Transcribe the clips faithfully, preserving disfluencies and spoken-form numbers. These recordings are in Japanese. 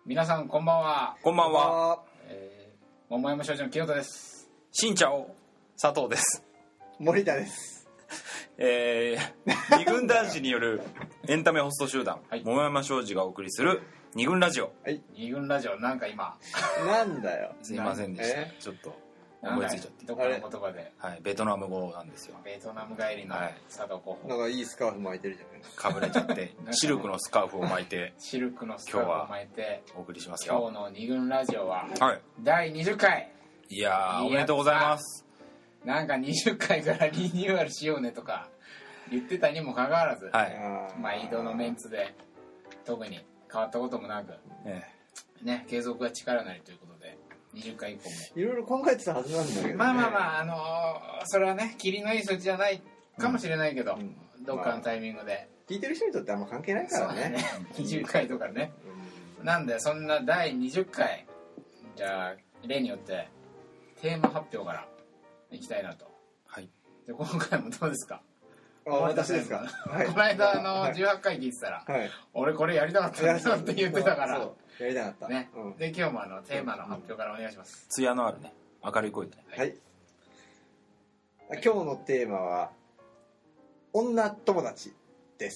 皆さんこんばんは。 こんばんは。 えー、桃山商事の清田です。 しんちゃお佐藤です。 森田です。 えー、二軍男子によるエンタメホスト集団、はい、桃山商事がお送りする二軍ラジオ。 はい。 二軍ラジオなんか今なんだよ。 すいませんでした。えー、ちょっと思いついちゃって。 どっかの言葉で。 はい。ベトナム語なんですよ。 ベトナム帰りの佐藤候補。 なんかいいスカーフ巻いてるじゃないですか。かぶれちゃってシルクのスカーフを巻いてシルクのスカーフを巻いてお送りしますよ。 今日の二軍ラジオは、 はい、 だいにじゅっかい。 いやーおめでとうございます。 なんかにじゅっかいからリニューアルしようねとか言ってたにもかかわらず、 はい、 毎度のメンツで特に変わったこともなく、ええ、ね、継続が力なりということでにじゅっかい以降もいろいろ考えてたはずなんだけど、ね、 まあまあまあ、あのー、それはね霧のいい数値じゃないかもしれないけど、うんうん、どっかのタイミングで、 まあ、聞いてる人にとってあんま関係ないからね。 にじゅっかいとかね、うん、なんでそんなだいにじゅっかいじゃあ例によってテーマ発表からいきたいなと。 はい。 じゃあ今回もどうですか。 あ、私ですか。 はい、この間あの、はい、じゅうはちかい聞いてたら、はい、俺これやりたかったんだよって言ってたから、 そうやりたかったね、うん、で今日もあのテーマの発表からお願いします。 艶のあるね、明るい声でね。 はい、はい、今日のテーマは女友達です。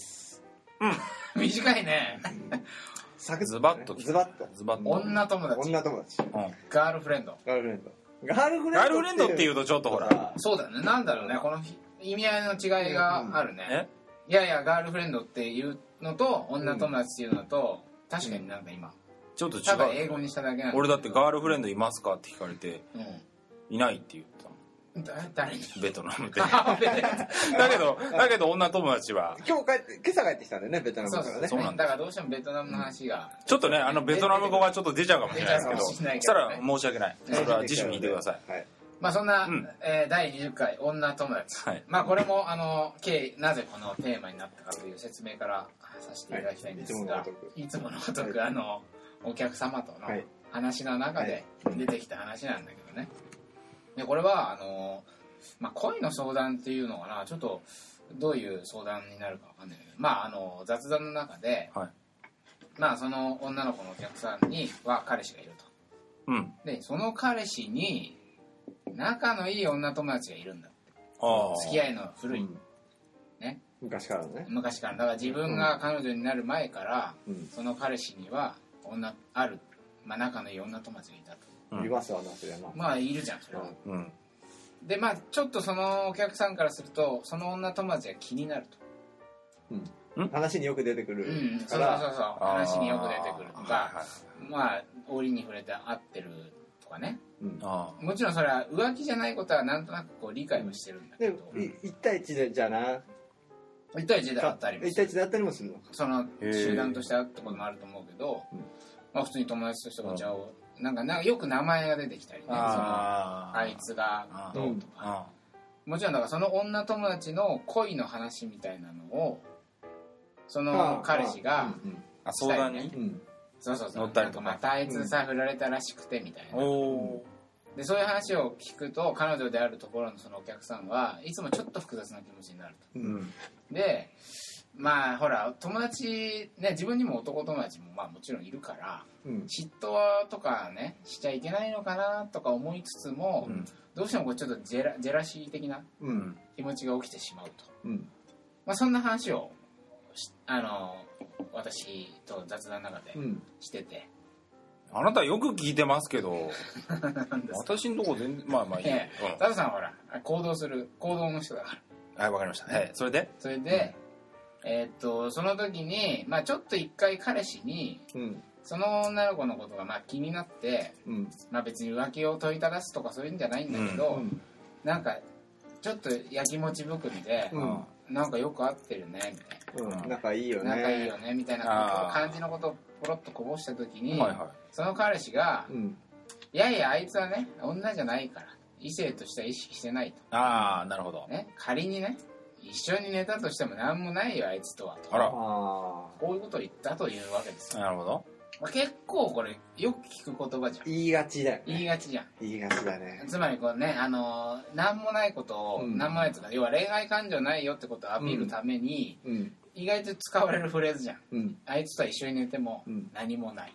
うん短いねサクッと、ね、ズバッとズバッとズバッと女友達女友達、うん、 ガールフレンドガールフレンドガールフレンドガールフレンドっていうとちょっとほらそうだよね、なんだろうね、この意味合いの違いがあるね、うん、いやいやガールフレンドっていうのと女友達っていうのと、うん、確かになんか今ちょっと違う、 ただ英語にしただけなんだ。 俺だってガールフレンドいますかって聞かれて、うん、いないって言ったもん。 誰に？ ベトナムでだけどだけど女友達は今日帰って今朝帰ってきたんだよね、ベトナムからね。 そうなんだ。だからどうしてもベトナムの話が、 うん、ちょっとねあのベトナム語がちょっと出ちゃうかもしれないですけど、そしたら申し訳ない、それは次週に言ってください。はい、 まあそんな、うんえー、だいにじゅっかい女友達、はい、まあこれもあの経なぜこのテーマになったかという説明からさせていただきたいんですが、はい、いつものごとく、はい、あのお客様との話の中で出てきた話なんだけどね。でこれはあの、まあ、恋の相談っていうのかな、ちょっとどういう相談になるかわかんないけど、まああの雑談の中で、はい、まあその女の子のお客さんには彼氏がいると、うん、でその彼氏に仲のいい女友達がいるんだって。付き合いの古い、うん、ね、 昔からね昔からだから自分が彼女になる前から、うん、その彼氏には女ある、まあ、仲のいい女友達がいたと、 うん、いますわな、それはな、 まあいるじゃんそれは、うん、でまあちょっとそのお客さんからするとその女友達が気になると、 うん、話によく出てくる、うん、 そうそうそう話によく出てくるとか、まあ折に触れて会ってるとかね、うん、あもちろんそれは浮気じゃないことはなんとなくこう理解はしてるんだけど、 でいち対いちでじゃあないち対いちであったりもする、 いち対いちであったりもするの、 その集団としてあったこともあると思うけど、まあ、普通に友達としてお茶を、うん、なんかなんかよく名前が出てきたりね、あ, そのあいつがどうとか、もちろんだからその女友達の恋の話みたいなのをその彼氏が相談に、うん、 そうそうそう乗ったりとか、またあいつさ振られたらしくてみたいな、うん、でそういう話を聞くと彼女であるところのそのお客さんはいつもちょっと複雑な気持ちになると、うん、でまあほら友達ね、自分にも男友達もまあもちろんいるから、うん、嫉妬とかねしちゃいけないのかなとか思いつつも、うん、どうしてもこうちょっとジェラ、ジェラシー的な気持ちが起きてしまうと、うん、まあそんな話をあの私と雑談の中でしてて、 うん、あなたよく聞いてますけど私のとこ全然まあまあいい、 ええ、タトさんはほら行動する行動の人だから、はい、わかりました、はい、それでそれで、うん、えー、っとその時に、まあ、ちょっと一回彼氏に、うん、その女の子のことがまあ気になって、うんまあ、別に浮気を問いただすとかそういうんじゃないんだけど、うん、なんかちょっとやきもちぶくりで、うん、なんかよく合ってるねみたいな、 うん、仲いいよね仲いいよねみたいな感じのことをポロッとこぼした時に、はいはい、その彼氏が、うん、いやいやあいつはね女じゃないから異性としては意識してないと、 ああなるほど、 ね、仮にね一緒に寝たとしても何もないよあいつとはと、 あらこういうことを言ったというわけですよ。 なるほど、 まあ、結構これよく聞く言葉じゃん。 言いがちだよ、ね、 言いがちじゃん。 言いがちだね。 つまりこうね、あのー、何もないことを、うん、何もないとか要は恋愛感情ないよってことをアピールために、うん、意外と使われるフレーズじゃん、うん、あいつとは一緒に寝ても何もない、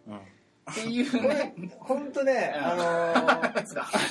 うん、っていうね本当ね、あのー、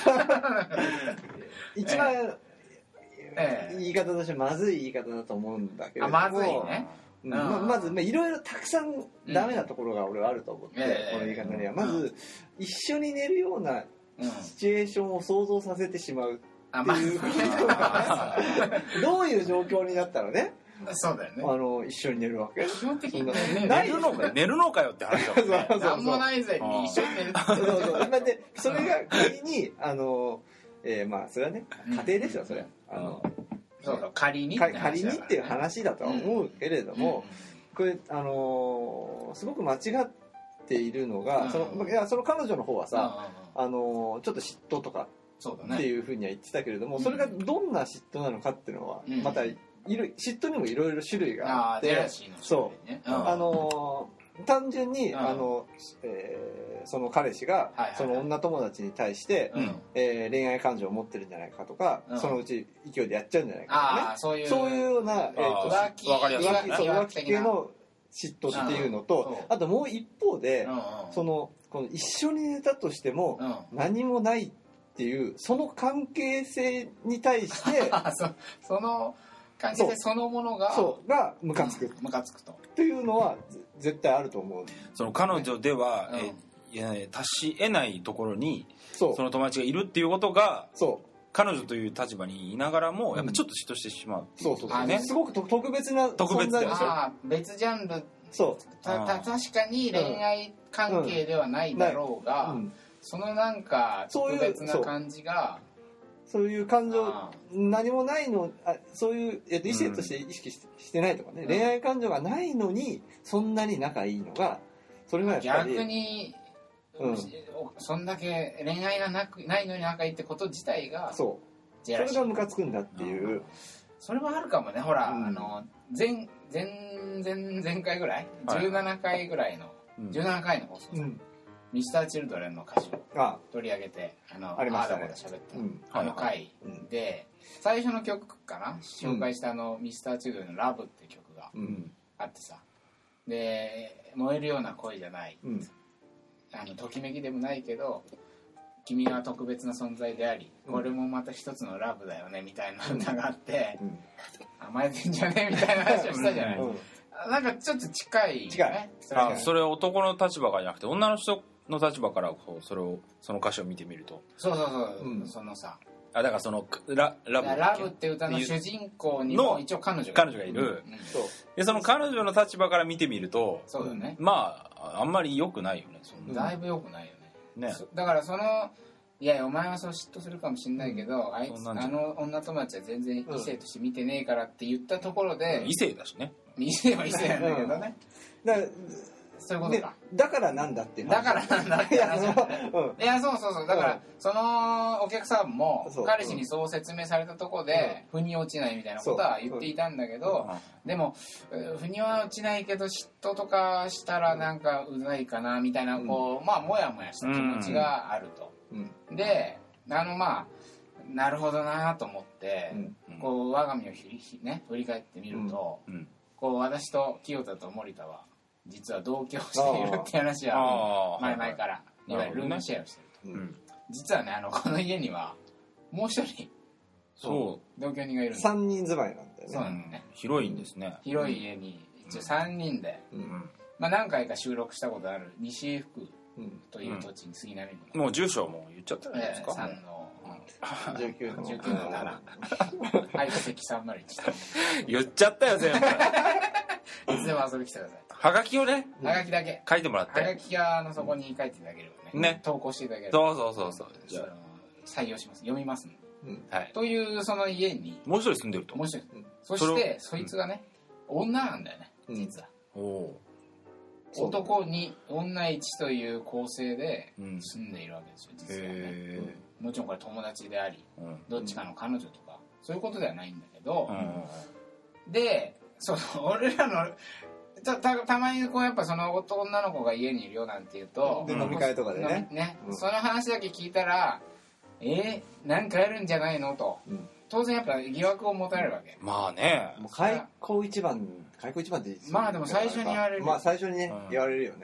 一番、ええ、言い方としてまずい言い方だと思うんだけれども、 あまずいね、 うん、ま, まずいろいろたくさんダメなところが俺はあると思って、うん、この言い方にはまず一緒に寝るようなシチュエーションを想像させてしまうっていうことがどういう状況になったらね、 そうだよね、 あの一緒に寝るわけ。 基本的にね、 寝るのか寝るのかよって話だもんね。 なんもないぜに一緒に寝る。 そうそうでそれが仮にあの、えー、まあそれはね家庭ですよそれ。あのそうそう仮に仮にっていう話だとは思うけれども、これあのー、すごく間違っているのが、そのいやその彼女の方はさ、あのー、ちょっと嫉妬とかっていうふうには言ってたけれども、それがどんな嫉妬なのかっていうのはまたいる嫉妬にもいろいろ種類があって、 あそうあのー、単純にあの、えー、その彼氏がその女友達に対して、えー、恋愛感情を持ってるんじゃないかとか、そのうち勢いでやっちゃうんじゃないかとかね、そういうような、えー、と浮気浮気系の嫉妬っていうのと、あともう一方で、そのこの一緒に寝たとしても何もないっていうその関係性に対してその関係性そのものがそうがムカつく、 ムカつくとっていうのは絶対あると思う。 その彼女では、うん、えいや達し得ないところに そ, その友達がいるっていうことが、そう彼女という立場にいながらもやっぱちょっと嫉妬してしまう、うん、 そうそうそうね、すごく特別な特別だよ。 あ別ジャンル、そうたた確かに恋愛関係ではないだろうが、うんうん、そのなんか特別な感じがそういう感情何もないの、あそういう、えっと、異性として意識し、うん、してないとかね、恋愛感情がないのにそんなに仲いいのがそれがやっぱり逆に、うん、そんだけ恋愛がなくないのに仲いいってこと自体がそうそれがムカつくんだっていう、うん、 それはあるかもね。ほら、うん、あの前前前前回ぐらい、はい、じゅうななかいぐらいの、うん、じゅうななかいの放送、うんミスターチルドレンの歌詞を取り上げてあのありましたね、 あだこだ喋った、うん、あの回で、うん、最初の曲かな紹介したあの、うん、ミスターチルドレンのラブって曲があってさ、で燃えるような恋じゃない、うん、あのときめきでもないけど君は特別な存在であり、これもまた一つのラブだよねみたいな歌があって、うん、甘えてんじゃねみたいな話をしたじゃない、うんうん、なんかちょっと近い、ね、 近いあそれ男の立場がじゃなくて女の人の立場からこうそれをその歌詞を見てみるとそうそうそう、うん、そのさあだからそのララブラブって歌の主人公にも一応彼女が彼女がいる、うんうん、でその彼女の立場から見てみるとそうだね、 まああんまり良くないよねそんなだいぶ良くないよね、 ねだからそのいやいやお前はそう嫉妬するかもしれないけど、うん、あいつあの女友達は全然異性として見てねえからって言ったところで、 うん、異性だしね異性は異性なんだけどね、 うん、だからそういうことか。 だからなんだっていうだからなんだって話。いや、うん、いやそうそうそう。だから、うん、そのお客さんも彼氏にそう説明されたところで、うん、腑に落ちないみたいなことは言っていたんだけど、うん、でも腑には落ちないけど嫉妬とかしたらなんかうざいかなみたいな、こうまあモヤモヤした気持ちがあると。うん、で、あのまあなるほどなと思って、うん、こう我が身をひひね振り返ってみると、うん、こう私と清田と森田は実は同居しているって話は前々からいわゆるルームシェアをしていると、うん、実はねあのこの家にはもう一人そう同居人がいるんです。 さんにん住まいなんだよね。 そうなんだね。 広いんですね。 広い家に一応さんにんで、うん、まあ何回か収録したことある西江福という土地に杉並区の、もう住所も言っちゃったんですか、 えー、さんのじゅうきゅうのじゅうきゅうのななはい席さんまるいち言っちゃったよ全部いつでも遊び来てください。 はがきをね、 はがきだけ書いてもらって、 はがきがのそこに書いていただければね、ね投稿していただければ、 そうそうそうそう、 じゃあ採用します、読みますの、 うんはい、 というその家にもう一人住んでると。 もう一人、うん、そしてそいつがね、うん、女なんだよね実は、うん、お男に女いちという構成で住んでいるわけですよ実はね、うん、もちろんこれ友達であり、うん、どっちかの彼女とかそういうことではないんだけど、うん、でそう俺らの た, た, たまにこうやっぱその女の子が家にいるよなんて言うと、 で飲み会とかでね、 ね、うん、その話だけ聞いたらえー、なんかあるんじゃないのと、うん、当然やっぱ疑惑を持たれるわけ。 まあね、 もう開口一番開口一番ってまあでも最初に言われる、 まあ最初にね、うん、言われるよね、 うん、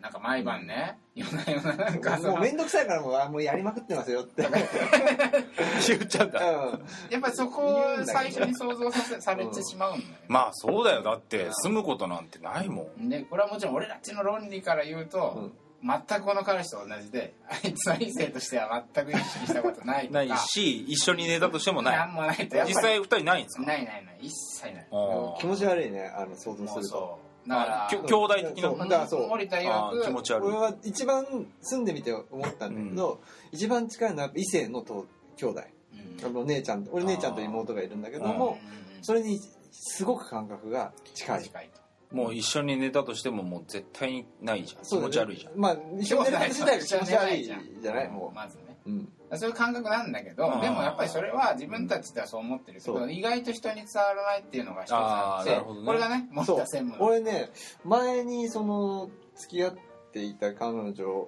なんか毎晩ね、夜な夜ななんかもうめんどくさいからもうもうやりまくってますよって言っちゃった、 うん、やっぱりそこを最初に想像させされてしまうんだよ、ね、 うん、まあそうだよ。だって住むことなんてないもん。 でこれはもちろん俺たちの論理から言うと、うん全くこの彼氏と同じで、あいつは異性としては全く意識したことないとかないし、一緒に寝たとしてもない。 なんもないと。 実際二人ないんですか？ ないないない、一切ない。 気持ち悪いね、あの想像すると。 そうだから兄弟的な。 だからそう。 森田曰く気持ち悪い。 俺は一番住んでみて思ったんだけど、うん、一番近いのは異性のと兄弟。うん、あの姉ちゃん、俺姉ちゃんと妹がいるんだけども、それにすごく感覚が近い。近いと。 もう一緒に寝たとしてももう絶対にないじゃん。気持ち悪いじゃん。 まあ一緒に寝たと自体が気持ち悪いじゃないもうまずね、うん、そういう感覚なんだけど、でもやっぱりそれは自分たちではそう思ってるけど、意外と人に伝わらないっていうのが一つあって、ね、これがね持った専門。 俺ね前にその付き合っていた彼女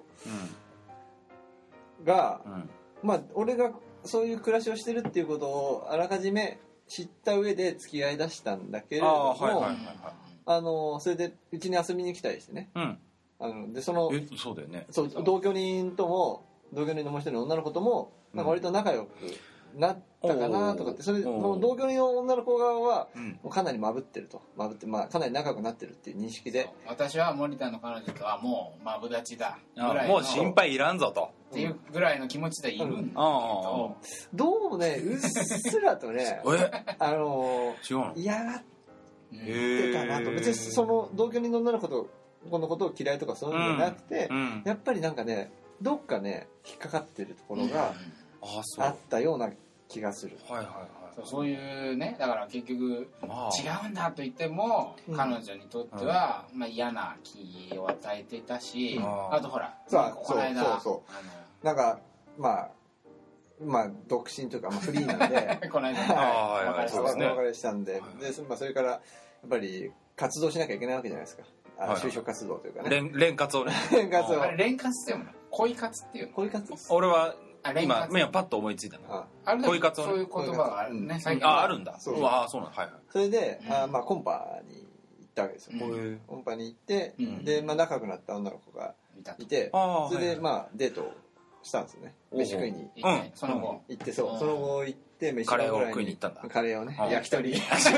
が、うん、まあ俺がそういう暮らしをしてるっていうことをあらかじめ知った上で付き合いだしたんだけれども、はいはいはいはい、あのそれでうちに遊びに来たりしてね、うん、あのでそのえそうだよね、 そう同居人とも同居人のもう一人の女の子ともなんか割と仲良くなったかなとかって、それの同居人の女の子側はもうかなりまぶってると、まぶって、まあ、かなり仲良くなってるっていう認識で、 私は森田の彼女とはもうまぶ立ちだぐらいのもう心配いらんぞとっていうぐらいの気持ちでいるんだけど、うん、どうもねうっすらとねあの嫌がってたなと。別にその同居人の女の子とこのことを嫌いとかそういうんじゃなくて、うんうん、やっぱりなんかねどっかね引っかかってるところがあったような気がする、 はいはいはい、そうそういうね、だから結局違うんだと言っても、うん、彼女にとっては、まあ、嫌な気を与えてたし、うん、あとほらそうこの間そうそうそうあのなんかまあまあ独身というか、まあ、フリーなんでこの間お別れしたんで、で、まあ、それからやっぱり活動しなきゃいけないわけじゃないですか。あ、はい、就職活動というかね。 連連活をね。 連活を。 あれ連活っていうの？恋活っていうの？ 恋活？ 俺は今今パッと思いついたな。 あ恋活をそういう言葉があるね。 最近ああるんだ。そうああそうなんはいはい。 それで、うん、あまあコンパに行ったわけですよ。うん、コンパに行って、うん、でまあ仲良くなった女の子がいて、それでまあデートをしたんですよね。飯食いに。 うん。その後行ってそう。その後行って飯カレーを食いに行ったんだ。 カレーをね焼き鳥。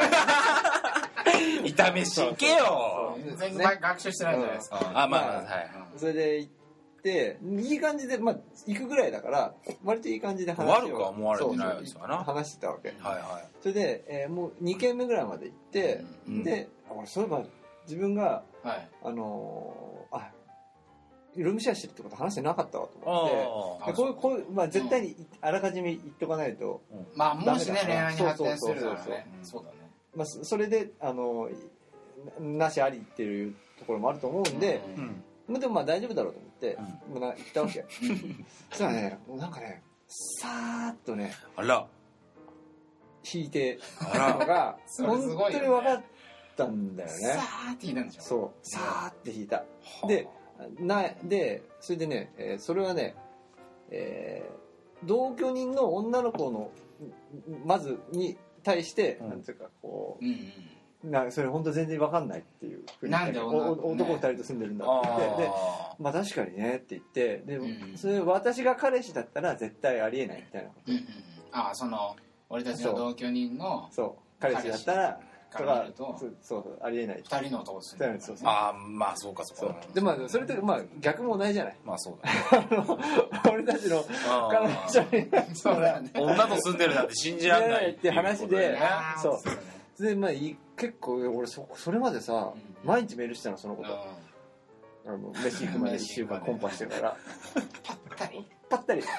炒めし行けよ。 全然学習してないじゃないですか。 あまあはい。 それで行っていい感じでまあ行くぐらいだから割といい感じで話を悪くは思われてないですかな。 話してたわけ。 はいはい。 それでえもうに軒目ぐらいまで行ってで俺そういえば自分があのあルームシェアしてるってこと話してなかったわと思って、こういうこういうまあ絶対にあらかじめ言っとかないと、 まあもしね恋愛に発展するならね、そうだね。 まあそれであのなしありっていうところもあると思うんで、でもまあ大丈夫だろうと思ってもう行ったわけ。そしたらねなんかねさーっとねあら引いてたのが本当に分かったんだよね。 さーって引いたんでしょ。 そうさーって引いた。でなでそれでね、えー、それはね、えー、同居人の女の子のまずに対して、うん、なんていうかこう、うんうん、なそれ本当全然わかんないっていうふうに、 なんで男二人と住んでるんだって言ってでまあ確かにねって言ってで、うん、それ私が彼氏だったら絶対ありえないみたいなこと、うんうん、 ああその俺たちの同居人のそう彼氏だったらから見るとそうそうありえない二人の男ですね。 ああまあそうかそうか。 でまあそれとまあ逆も同じじゃない。 まあそうだね。 俺たちの彼女にそうだね。女と住んでるなんて信じられないって話で、そうでまあ結構俺そそれまでさ毎日メールしてたのそのこと。あの飯行くまで一週間コンパしてるからパッタリパッタリ。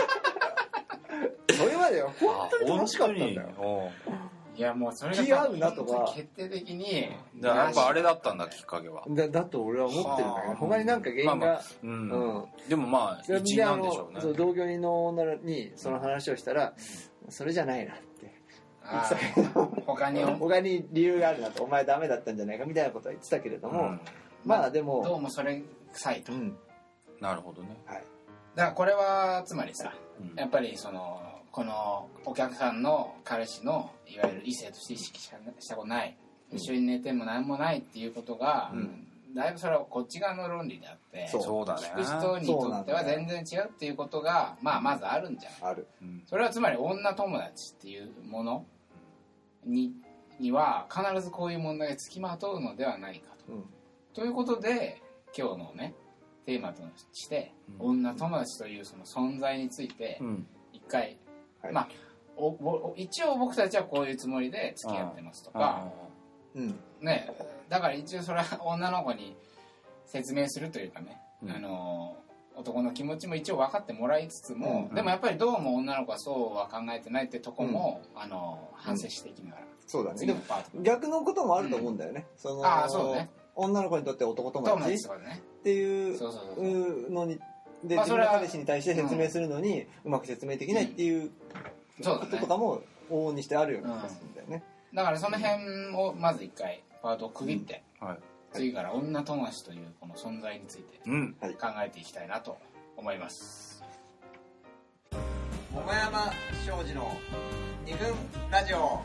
それまでは本当に楽しかったんだよ。 いやもうそれが気合うなとか決定的にだやっぱあれだったんだきっかけはだだと俺は思ってるんだけど他になんか原因が、まあまあうんうん、でもまあ一因なんでしょうね。 そう同居人の女にその話をしたら、うん、それじゃないなって言ってたけど他に他に理由があるなとお前ダメだったんじゃないかみたいなことは言ってたけれども、うん、まあでもどうもそれ臭いと、うん、 なるほどね、 はい、 だからこれはつまりさ、うん、やっぱりそのこのお客さんの彼氏のいわゆる異性として意識したことない、うん、一緒に寝ても何もないっていうことが、うん、 だいぶそれはこっち側の論理であって、 そうだね、 聞く人にとっては全然違うっていうことが、まあ、まずあるんじゃない。 ある。 それはつまり女友達っていうものにには必ずこういう問題がつきまとうのではないかと、うん、ということで今日のねテーマとして、うん、女友達というその存在について一回、うん、まあおお一応僕たちはこういうつもりで付き合ってますとか、うんね、だから一応それは女の子に説明するというかね、うん、あの男の気持ちも一応分かってもらいつつも、うん、でもやっぱりどうも女の子はそうは考えてないってとこも、うん、あの反省していきながら、うん、 そうだね。でも逆のこともあると思うんだよね、うん、そのあそうね、 女の子にとって男友達っていうのにで、まあ、自分の彼氏に対して説明するのにうまく説明できないっていうこととかも往々にしてあるような気がするんだよね、 うん、だからその辺をまず一回パートを区切って、うんはい、次から女友達というこの存在について考えていきたいなと思います。 桃山商事のにふんラジオ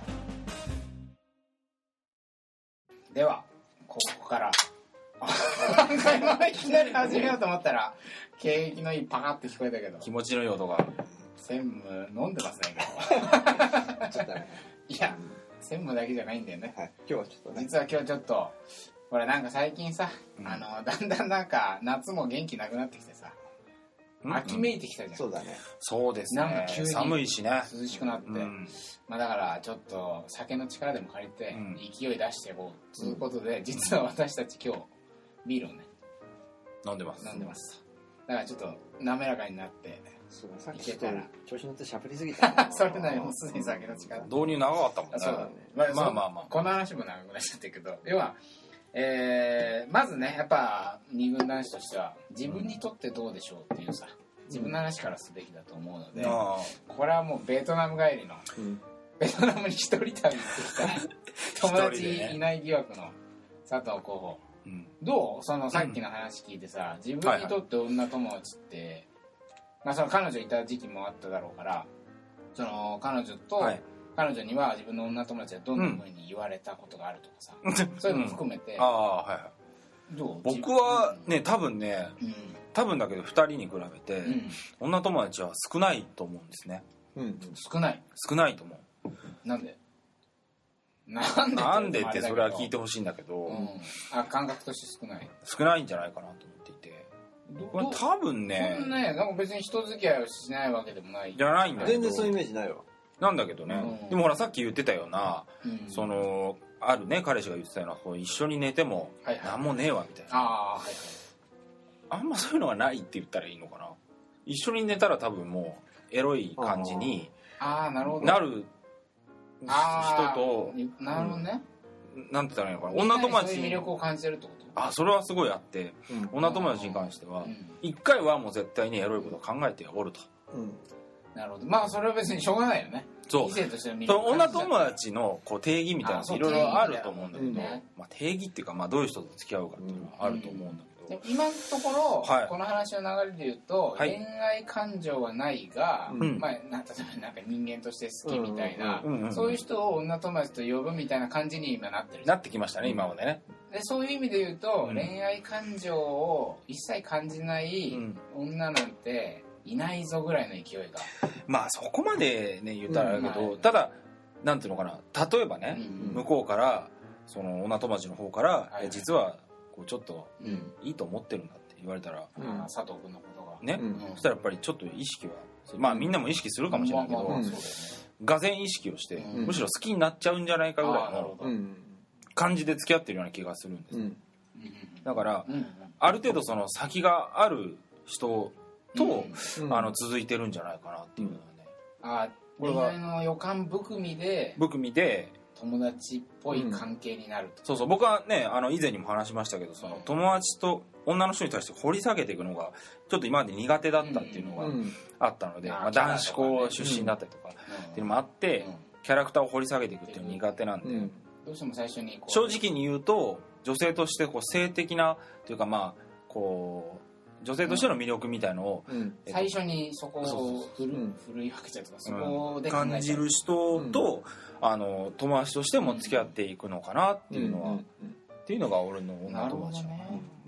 ではここから今回もいきなり始めようと思ったら景気のいいパカッて聞こえたけど気持ちのいい音が専務飲んでますね今日ちょっとねいや専務だけじゃないんだよね、はい、 今日はちょっとね実は今日ちょっとこれなんか最近さ、うん、あのだんだんなんか夏も元気なくなってきてさ、うん、秋めいてきたじゃん、うん、 そうだねそうですねなんか急に寒いしね涼しくなって、うんまあ、だからちょっと酒の力でも借りて勢い出していこうということで、うん、実は私たち今日ビールをね飲んでます飲んでますだからちょっと滑らかになってそうださっきちょっと調子乗ってしゃべりすぎたそれなりもうすでに酒の力導入長かったもんねそうだね、まあ、まあまあまあこの話も長くなっちゃったけど要はえー、まずねやっぱ二軍男子としては自分にとってどうでしょうっていうさ自分の話からすべきだと思うので、うん、これはもうベトナム帰りの、うん、ベトナムに一人旅行ってきた友達いない疑惑の佐藤候補、うん、どうそのさっきの話聞いてさ、うん、自分にとって女友達って、はいはいまあ、その彼女いた時期もあっただろうからその彼女と、はい彼女には自分の女友達はどんな風に言われたことがあるとかさ、うん、そういうのも含めて、 うん、ああはいはいどう僕はね多分ね、うん、多分だけどふたりに比べて、うん、女友達は少ないと思うんですね、 うん、少ない少ないと思うなんでなんでなんでってそれは聞いてほしいんだけど、うん、 あ感覚として少ない少ないんじゃないかなと思っていてこれ多分ねそんなねなんか別に人付き合いをしないわけでもないじゃないんだけど全然そういうイメージないわなんだけどね、うん、でもほらさっき言ってたような、うん、そのあるね彼氏が言ってたような一緒に寝ても何もねえわみたいな、 はいはい、あ, はいはい、 あんまそういうのがないって言ったらいいのかな一緒に寝たら多分もうエロい感じになる人となるほどね、 うん、なんて言ったらいいのかな女友達に魅力を感じてるってことあそれはすごいあって、うん、女友達に関しては一、うん、回はもう絶対にエロいことを考えておると、うんなるほどまあそれは別にしょうがないよねそう異性としての魅力女友達のこう定義みたいなのいろいろあると思うんだけど、ねまあ、定義っていうか、まあ、どういう人と付き合うかっていうのはあると思うんだけど、 うん、今のところ、はい、この話の流れで言うと、はい、恋愛感情はないが、うんまあ、な例えばなんか人間として好きみたいな、うんうん、そういう人を女友達と呼ぶみたいな感じに今なってるなってきましたね今までねでそういう意味で言うと、うん、恋愛感情を一切感じない女なんていないぞぐらいの勢いがまあそこまでね言ったらあるけど、うんまあ、ただなんていうのかな例えばね、うんうん、向こうからその女友達の方から、はいはい、実はこうちょっといいと思ってるんだって言われたら、 うん、佐藤君のことがね、うん、そしたらやっぱりちょっと意識はまあみんなも意識するかもしれないけど、うん、がぜん意識をして、うん、むしろ好きになっちゃうんじゃないかぐらいの感じで付き合ってるような気がするんです、うん、だから、うん、ある程度その先がある人と、うん、あの続いてるんじゃないかなっていうのはね、 うん、あ恋愛の予感含みで含みで友達っぽい関係になると、 うん、そうそう僕はねあの以前にも話しましたけどその友達と女の人に対して掘り下げていくのがちょっと今まで苦手だったっていうのがあったので、うんうんまあ、男子校出身だったりとかっていうのもあって、うん、キャラクターを掘り下げていくっていうのが苦手なんで、うん、 どうしても最初にこう正直に言うと女性としてこう性的なというかまあこう女性としての魅力みたいのを、 うんえっと、最初にそこを古いわけじゃとかそこで感じる人と、うん、あの友達としても付き合っていくのかなっていうのは、うん、っていうのが俺の女友達、ね、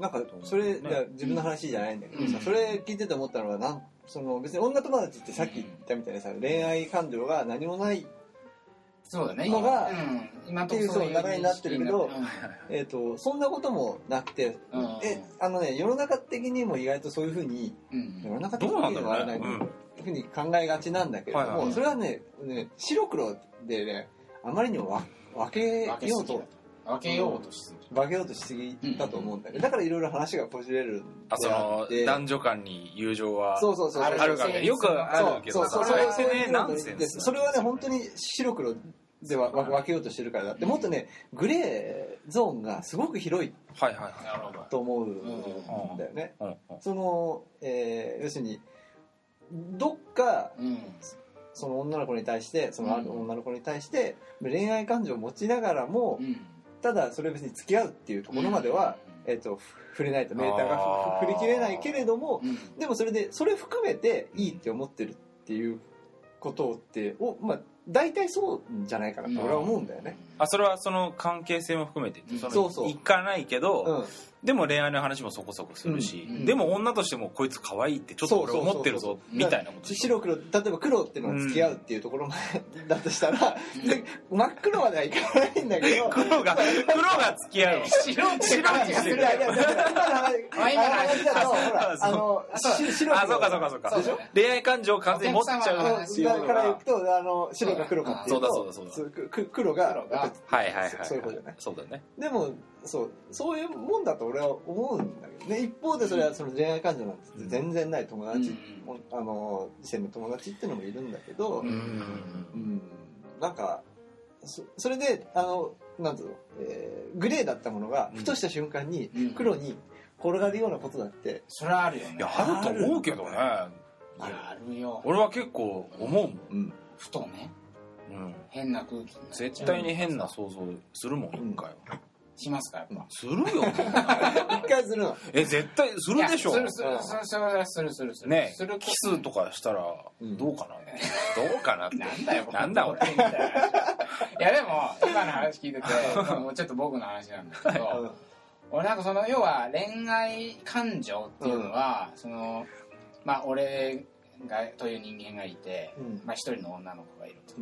なんかそれ、ね、自分の話じゃないんだけどさ、うん、それ聞いてて思ったのはなんその別に女友達ってさっき言ったみたいにさ、恋愛感情が何もないそうだねのが、 うん、今っていうそう流れになってるけど、えーと、そんなこともなくて、うん、えあのね世の中的にも意外とそういうふうに、うん、世の中的にもあれない、うんふうに考えがちなんだけれども、はいはいはい、それは ね, ね白黒でねあまりにも分けようと分けようとしすぎ分けようとしすぎだと思うんだけど、だからいろいろ話がこじれるんであその男女間に友情はそうそうそうあるからねよくあるけどそうそうそうそういうのでそれはね本当に白黒では分けようとしてるからだってもっとねグレーゾーンがすごく広いと思うんだよね。その、えー、要するにどっか、うん、その女の子に対してそのある女の子に対して恋愛感情を持ちながらも、うん、ただそれ別に付き合うっていうところまでは、うんえー、と触れないとメーターが振り切れないけれども、うん、でもそれでそれ含めていいって思ってるっていうことってをまあ大体そうじゃないかなと俺は思うんだよね。 あそれはその関係性も含めてそのそうそういかないけど、うん、でも恋愛の話もそこそこするし、うんうん、でも女としてもこいつ可愛いってちょっと俺思ってるぞみたいなこと。 白黒例えば黒っていうのは付き合うっていうところまでだとしたら、うん、真っ黒まではいかないんだけど黒が黒が付き合う白って白ってする。いやいや話だとほらあの白あそうかそうかそうか恋愛感情を完全に持っちゃうから言くとあの白か黒かっていうとそうだそうだそうだ黒がはいはいはいそういうことじゃない。 そうだね。 でもそうそういうもんだと俺は思うんだけどね。一方でそれはその恋愛感情なんて全然ない友達、うん、あの異性の友達っていうのもいるんだけど、うん、うん、なんか そ, それであのなんていうの、えー、グレーだったものがふとした瞬間に黒に転がるようなことだって、うん、 それはあるよね。 いやあると思うけどね。あるよ。 俺は結構思うもん。うん、 ふとね。うん、変な空気絶対に変な想像するもん一回は、うん、 しますかやっぱするよ一回するのえ絶対するでしょ。 するするするするするするねするキスとかしたらどうかな、うん、どうかなってなんだよなんだ俺いやでも今の話聞いててもうちょっと僕の話なんだけど、うん、俺なんかその要は恋愛感情っていうのは、うん、そのまあ俺がという人間がいて、うんまあ、一人の女の子がいると、うん、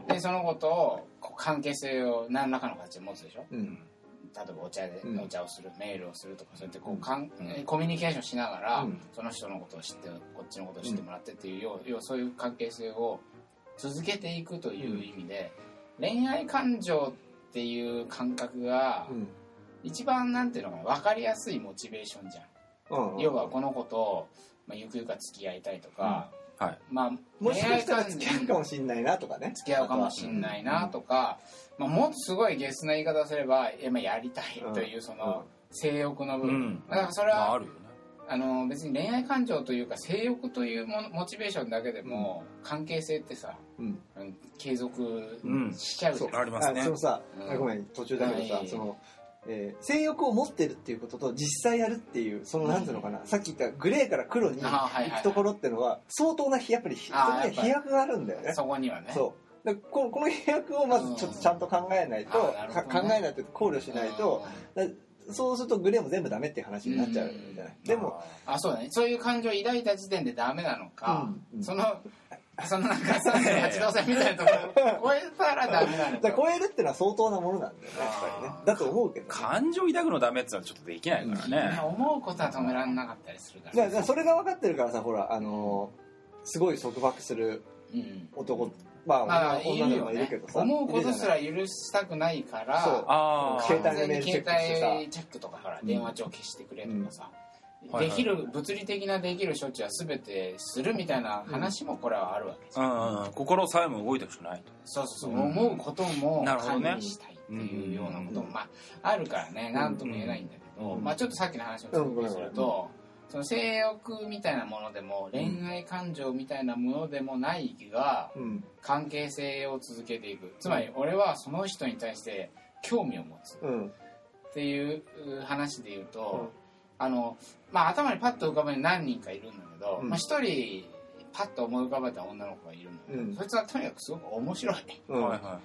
でその子とこう関係性を何らかの形で持つでしょ、うん、例えばお茶で、うん、お茶をするメールをするとかそうやってこうかん、うん、コミュニケーションしながら、うん、その人のことを知ってこっちのことを知ってもらってっていう、うん、要はそういう関係性を続けていくという意味で、うん、恋愛感情っていう感覚が、うん、一番なんていうのかな分かりやすいモチベーションじゃん、うん、要はこの子とまあ、ゆくゆくは付き合いたいとか、 うんはいまあ、もしかしたら付き合うかもしんないなとかね付き合うかもしんないなとか、うんまあ、もっとすごいゲスな言い方をすればや、まあ、やりたいというその性欲の部分、うん、だからそれは、まああるよね、あの別に恋愛感情というか性欲というものモチベーションだけでも、うん、関係性ってさ、うん、継続しちゃうじゃん、うん、 ありますね。 そのさ、うん、ごめん途中だけどさ、はい、そのえー、性欲を持ってるっていうことと実際やるっていうそのなんていうのかな、うん、さっき言ったグレーから黒に行くところっていうのは相当なやっぱりそこに飛躍があるんだよね。 そこにはね。 そうでこのこの飛躍をまずちょっとちゃんと考えないと、うんね、考えないと考慮しないと、うん、そうするとグレーも全部ダメっていう話になっちゃうじゃない、うん、でもあそうだねそういう感情を抱いた時点でダメなのか、うんうん、そのそのなんかさんじゅうはちど線みたいなところ超えたらダメなのか。 だから超えるってのは相当なものなんだよねやっぱりね。だと思うけど、ね、 感情抱くのダメってのはちょっとできないからね、 うん、思うことは止められなかったりするから、 ね、だからそれが分かってるからさほらあのー、すごい束縛する男、うん、まあ、まあ、女の子もいるけどさ、 思うことすら許したくないからそうあ携帯のメールチェックしてさ携帯チェックとかから電話帳消してくれとかさ、うんできる、はいはい、物理的なできる処置は全てするみたいな話もこれはあるわけですよ、 うんうん、心さえも動いてほしくないとそうそうそう、うん、思うことも管理したいっていうようなことも、まあ、あるからね何とも言えないんだけど、うんまあ、ちょっとさっきの話を続けすると、うん、その性欲みたいなものでも恋愛感情みたいなものでもないが、うん、関係性を続けていくつまり俺はその人に対して興味を持つっていう話で言うと、うんあのまあ、頭にパッと浮かべる何人かいるんだけど、うんまあ、一人パッと思い浮かべた女の子がいるんだけど、うん、そいつはとにかくすごく面白い、うんはいはいはい、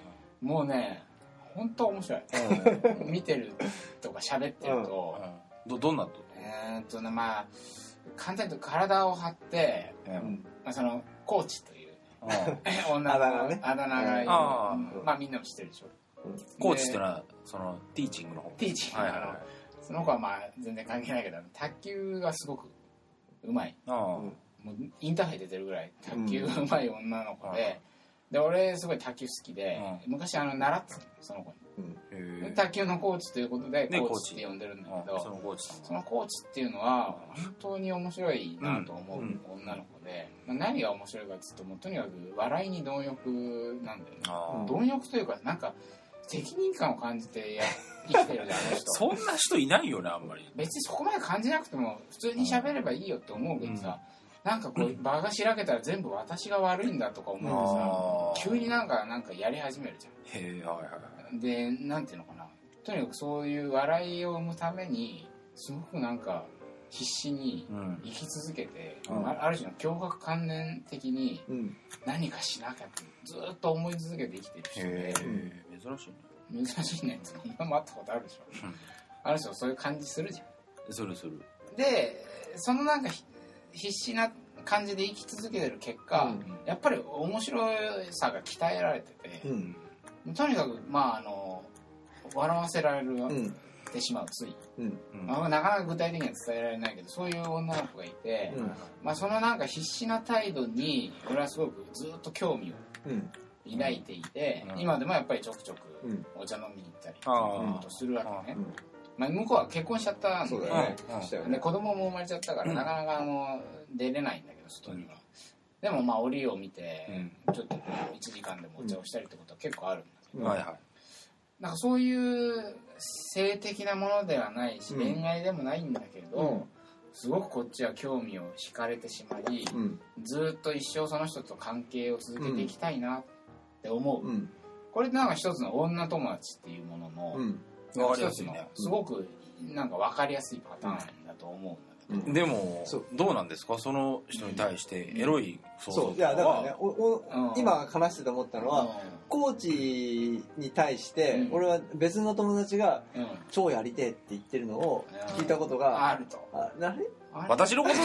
もうね本当面白い、うん、見てるとか喋ってると、 うん、ど, どんなとえー、っとねまあ簡単に言うと体を張って、うんまあ、そのコーチという女のあだ名がいる、あまあみんなも知ってるでしょ。 コーチってのはそのティーチングの方。 ティーチングの方、はいはいはい、その子はまあ全然関係ないけど卓球がすごくうまい。あもうインターハイ出てるぐらい卓球うまい女の子で、うん、で俺すごい卓球好きで、うん、昔あの習ってたのその子に。うん、卓球のコーチということでコーチって呼んでるんだけど、そのコーチそのコーチっていうのは本当に面白いなと思う女の子で、まあ、何が面白いかっていうともうとにかく笑いに貪欲なんだよね。貪欲というかなんか責任感を感じて生きてるじゃんあの人。 そんな人いないよねあんまり。 別にそこまで感じなくても普通に喋ればいいよって思うけどさ、うん、なんかこう場がしらけたら全部私が悪いんだとか思うとさ、急になんかなんかやり始めるじゃん。へえ、はいはい。でなんていうのかな、とにかくそういう笑いを生むためにすごくなんか必死に生き続けて、うん、ある種の強迫観念的に何かしなきゃってずっと思い続けて生きてる人で、 うん、珍しいね珍しいねって今も会ったことあるでしょ、うん、ある人そういう感じするじゃん。 するする。 でそのなんか必死な感じで生き続けてる結果、うん、やっぱり面白さが鍛えられてて、うんとにかく、まあ、あの笑わせられる、うん、てしまうつい、うんまあ、なかなか具体的には伝えられないけどそういう女の子がいて、うんまあ、そのなんか必死な態度に俺はすごくずっと興味を抱いていて、うん、今でもやっぱりちょくちょくお茶飲みに行ったりっていうことするわけね、うんまあ、向こうは結婚しちゃったんで、そうだねうん、で子供も生まれちゃったから、うん、なかなかあの出れないんだけど外には、でもまあ折を見て、うん、ちょっといちじかんでもお茶をしたりってことは結構あるんだけど、うんはいはい、なんかそういう性的なものではないし、うん、恋愛でもないんだけど、うん、すごくこっちは興味を惹かれてしまい、うん、ずっと一生その人と関係を続けていきたいなって思う、うん、これってなんか一つの女友達っていうものの、うん、一つのすごくなんか分かりやすいパターンだと思うんだけど、 うん、でもどうなんですかその人に対してエロい想像とかは、 そういやだからねおお、うん、今話してて思ったのは、うん、コーチに対して俺は別の友達が超やりてえって言ってるのを聞いたことがあると、 あな私のことだ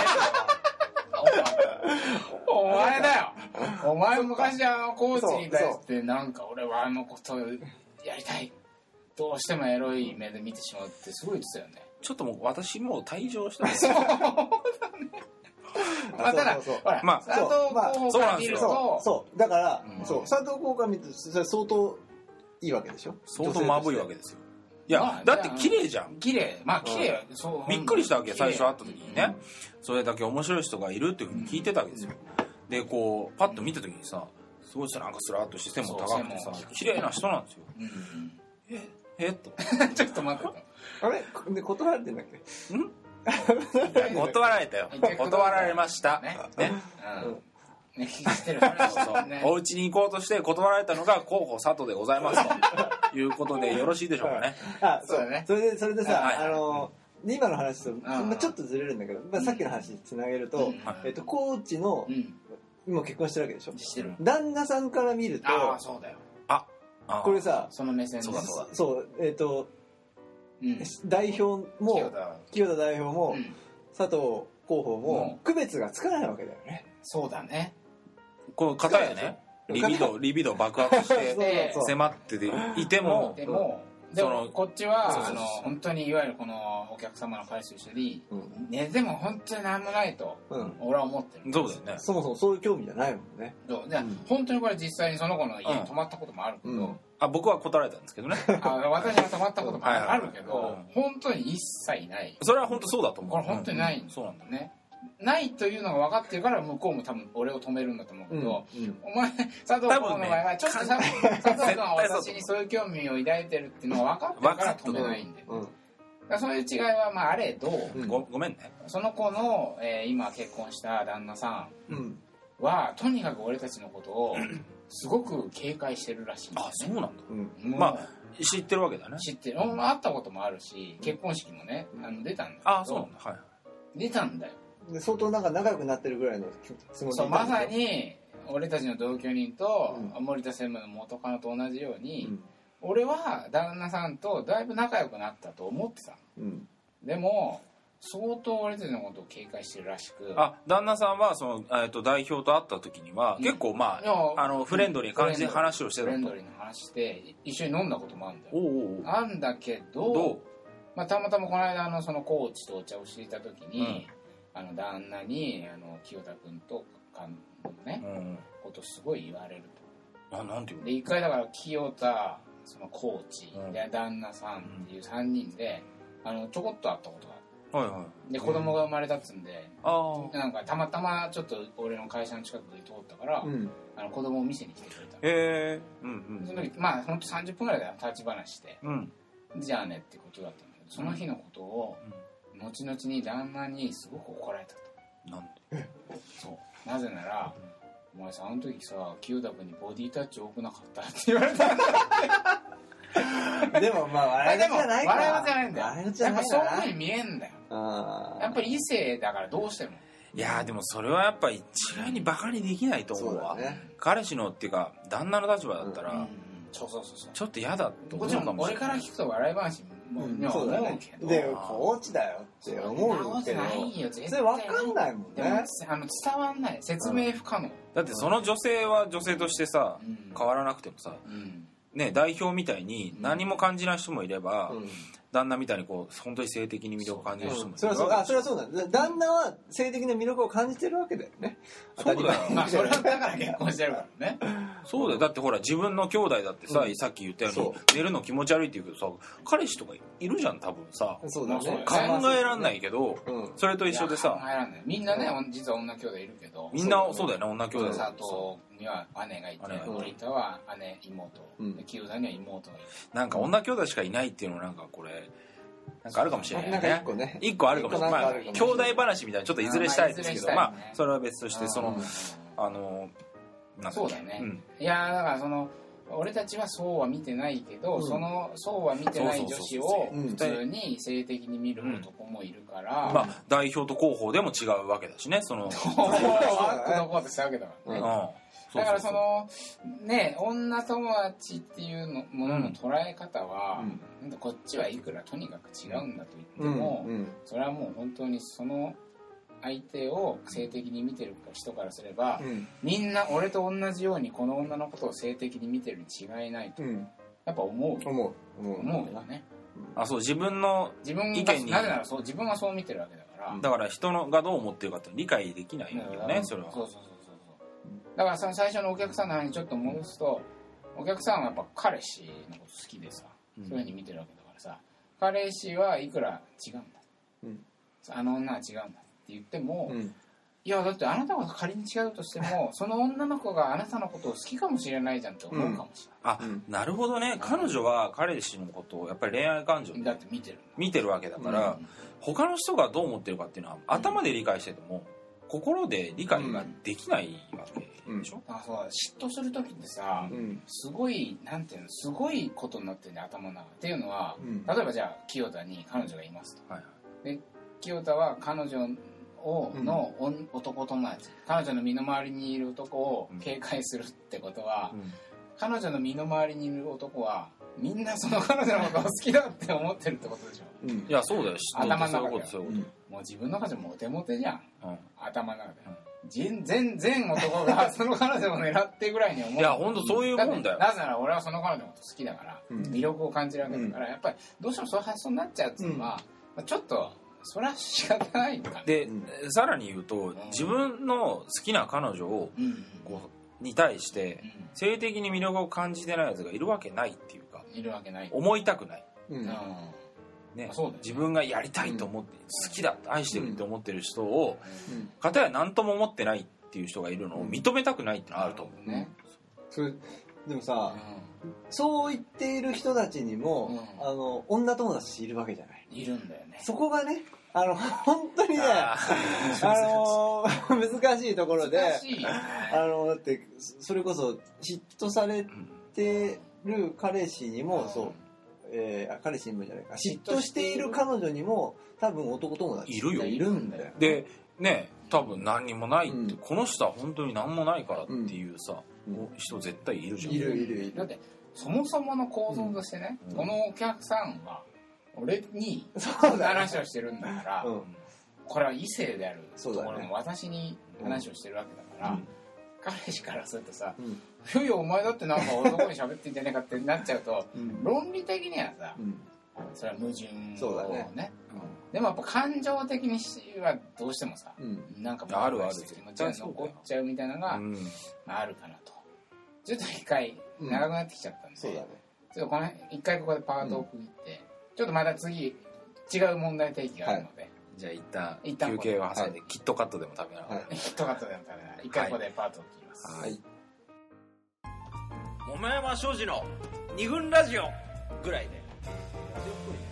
お前だよお前昔あのコーチに対してなんか俺はあのことやりたいどうしてもエロい目で見てしまうってすごい言ってたよね。 ちょっともう私もう退場したんですよ。そうだね。まあただほら、まあ、佐藤候補から見ると、 そうだから、うん、そう佐藤候補から見るとそれ相当いいわけでしょ。 相当まぶいわけですよ。いや、まあ、だって綺麗じゃん。 綺麗、まあ綺麗、 うん、そうびっくりしたわけ最初会った時にね、うん、それだけ面白い人がいるっていうふうに聞いてたわけですよ。でこうパッと見た時にさ、すごいさなんかスラーっとして背も高くてさ、綺麗な人なんですよ。うん、ええっとちょっと待って。 あれで断られてんだっけ？ん？ 断られたよ。断られました。ね。ね。 うん。ね、してる。 そうね。お家に行こうとして断られたのが候補佐藤でございますということでよろしいでしょうかね。 あ、そうだね。それでそれでさ、あの今の話とちょっとずれるんだけど、まあさっきの話につなげると、えっとコーチの今結婚してるわけでしょ。 してる。 旦那さんから見ると、 あ、そうだよ。 あ、 これさ、 その目線で。 そう、えっと。うん、代表も清田代表も、うん、佐藤候補も区別がつかないわけだよね。 そうだね。 この方やねリビドリビド爆発して迫っていてもでもでもこっちはあの本当にいわゆるこのお客様の彼氏と一緒に、うん、ねでも本当に何もないと、うん、俺は思ってる。 そうだよね。 そもそもそういう興味じゃないもんね。 そうで、うん、本当にこれ実際にその子の家に泊まったこともあるけど。うんあ僕は断られたんですけどね。 あ私は泊まったこともあるけど、はいはい、本当に一切ない。 それは本当そうだと思う。 これ本当にないんだ、うん、そうなんだね。ないというのが分かってるから向こうも多分俺を止めるんだと思うけど、うんうん、お前佐藤君の場合はちょっと佐藤君は私にそういう興味を抱いてるっていうのが分かってるから止めないんで、うんだそういう違いはまああれど、 うん、ご, ごめんねその子の、えー、今結婚した旦那さんは、うん、とにかく俺たちのことをすごく警戒してるらしいんですね。 あ、そうなんだ。うん、まあ知ってるわけだね。 知ってる。会ったこともあるし、結婚式もね、あの出たんだけど。 あ、そうなんだ。はい。 出たんだよ。 で相当なんか仲良くなってるぐらいのつもり。そうまさに俺たちの同居人と、うん、森田専務の元カノと同じように、うん、俺は旦那さんとだいぶ仲良くなったと思ってた。うん、でも相当俺たちのことを警戒してるらしく。 あ、旦那さんはその、えー、と代表と会った時には、うん、結構まああのフレンドリーな感じで話をしてたと。 フレンドリーな話して一緒に飲んだこともあるんだよ。 おうおう、 あんだけど、まあ、たまたまこの間のそのコーチとお茶をしていた時に、うん、あの旦那にあの清田君とかのね、うん、ことすごい言われると。 あ、なんていうの？ で一回だから清田、そのコーチ、うん、で旦那さんっていうさんにんで、あのちょこっと会ったことがある。はいはい、で子供が生まれたっつんで、うん、なんかたまたまちょっと俺の会社の近くで通ったから、うん、あの子供を見せに来てくれた。 へえー、うんうん。 その時まあほんとさんじゅっぷんぐらいだよ、立ち話して、うん、じゃあねってことだったんだけど、その日のことを、うん、後々に旦那にすごく怒られたと。 なんで？ そうなぜなら、うん、お前さあの時さ清田君にボディタッチ多くなかったって言われたんだってでもまあ笑いじゃないか。 笑いじゃないんだよ。やっぱそういう風に見えんだよ。やっぱり異性だからどうしても。 いやでもそれはやっぱり一概にバカにできないと思うわ。うね、彼氏のっていうか旦那の立場だったら、うんうん、 そうそうそうそう、 ちょっと嫌だと思うかもしれない。 もちろん俺から聞くと笑い話も、うん、 そうだね。でコーチだよって思うけど、それ分かんないもんね。 あの伝わんない、説明不可能、うん、 だってその女性は女性としてさ、うん、変わらなくてもさ、うんね、代表みたいに何も感じない人もいれば、うん、旦那みたいにこう本当に性的に魅力を感じる人もいる。 それはそう、あ、それはそうなんだ。旦那は性的な魅力を感じてるわけだよね。 そうだよ。まあそれはだから結婚してるからね。 そうだよ。だってほら自分の兄弟だってさ、うん、さっき言ったように寝るの気持ち悪いって言うけどさ、彼氏とかいるじゃん多分さ。 そうだね。 考えらんないけど、うん、それと一緒でさ。 考えらんない。みんなね、実は女兄弟いるけど。 みんなそうだよね、女兄弟。 佐藤には姉がいて、森田は姉妹、うん、清田には妹がいる。 なんか女兄弟しかいないっていうのなんかこれ。なんかあるかもしれないね。 なんか一個ね。 一個あるかもしれない。まあ兄弟話みたいなちょっといずれしたいんですけど、まあそれは別としてそのあのそうだね。いやだからその俺たちはそうは見てないけど、そのそうは見てない女子を普通に性的に見る男もいるから、 まあ代表と広報でも違うわけだしね。その。 どこうとしたわけだからね。だからそのね女友達っていうのものの捉え方は、うん、こっちはいくらとにかく違うんだと言っても、うんうん、それはもう本当にその相手を性的に見てる人からすれば、うん、みんな俺と同じようにこの女のことを性的に見てるに違いないと、うん、やっぱ思う思う思う思うよね。 あ、そう、自分の意見になぜならそう自分はそう見てるわけだから、 だから人のがどう思ってるかって理解できないよね、それは。 そうそうそうそう。だからその最初のお客さんの話にちょっと戻すと、お客さんはやっぱ彼氏のこと好きでさ、そういう風に見てるわけだからさ、彼氏はいくら違うんだ、うん、あの女は違うんだって言っても、うん、いやだってあなたが仮に違うとしてもその女の子があなたのことを好きかもしれないじゃんって思うかもしれない、 うん、あ、なるほどね。彼女は彼氏のことをやっぱり恋愛感情でだって見てる見てるわけだから、うん、他の人がどう思ってるかっていうのは頭で理解してても、心で理解ができないわけでしょ、 うん、あ、そう、嫉妬する時ってさ、うん、すごいなんていうのすごいことになってるね頭の中っていうのは、うん、例えばじゃあ清田に彼女がいますと、はいはい、で清田は彼女をの、うん、男友達彼女の身の回りにいる男を警戒するってことは、うん、彼女の身の回りにいる男はみんなその彼女のことを好きだって思ってるってことでしょ、 うん、いやそうだよ。 頭の中でそういうこと、うん、もう自分の中でモテモテじゃん、うん、頭の中で、うん、全全男がその彼女を狙ってぐらいに思う。 いや本当そういうもんだよ。 なぜなら俺はその彼女のこと好きだから、うん、魅力を感じるわけだから、うん、やっぱりどうしてもそういう発想になっちゃうっていうのは、うん、ちょっとそれは仕方ないのかな。 で、うん、さらに言うと、うん、自分の好きな彼女をこうに対して性的に魅力を感じてないやつがいるわけないっていうか、 いるわけない、 思いたくない、 うんね、そうだね、自分がやりたいと思って、うん、好きだ愛してるって思ってる人を、うん、片や何とも思ってないっていう人がいるのを認めたくないってのはあると思うね、 うん、それでもさ、うん、そう言っている人たちにも、うん、あの女友達いるわけじゃない。 いるんだよね。 そこがね、あの本当にね、あの難しいところで、あのだってそれこそ嫉妬されてる彼氏にも、うん、そう、えー、彼氏にもじゃないか、嫉妬している彼女にも多分男友達いるよ、 いるんだよ。 でね、多分何にもないって、うん、この人は本当に何もないからっていうさ、うん、人絶対いるじゃん。 いるいるいる。 だってそもそもの構造としてね、うん、このお客さんは俺に話をしてるんだから、うん、これは異性であるところの私に話をしてるわけだから、うん、彼氏からするとさ、うん、いやいやお前だってなんか男に喋ってんじゃねえかってなっちゃうと、うん、論理的にはさ、うん、それは矛盾をね、ね、うん、でもやっぱ感情的にはどうしてもさ、うん、なんかもうあるある気持ちが残っちゃうみたいなのが、うん、まあ、あるかなと。ちょっと一回長くなってきちゃったんで、うん、そうだね、ちょっとこの一回ここでパートを区切って、うん、ちょっとまた次違う問題提起があるので、はい、 じゃあ一旦一旦休憩を挟んで、はい、キットカットでも食べながら、はい、 キットカットでも食べながら一回ここでパートを切ります。はい、 桃山商事のにふんラジオぐらいでラジオっぽいね。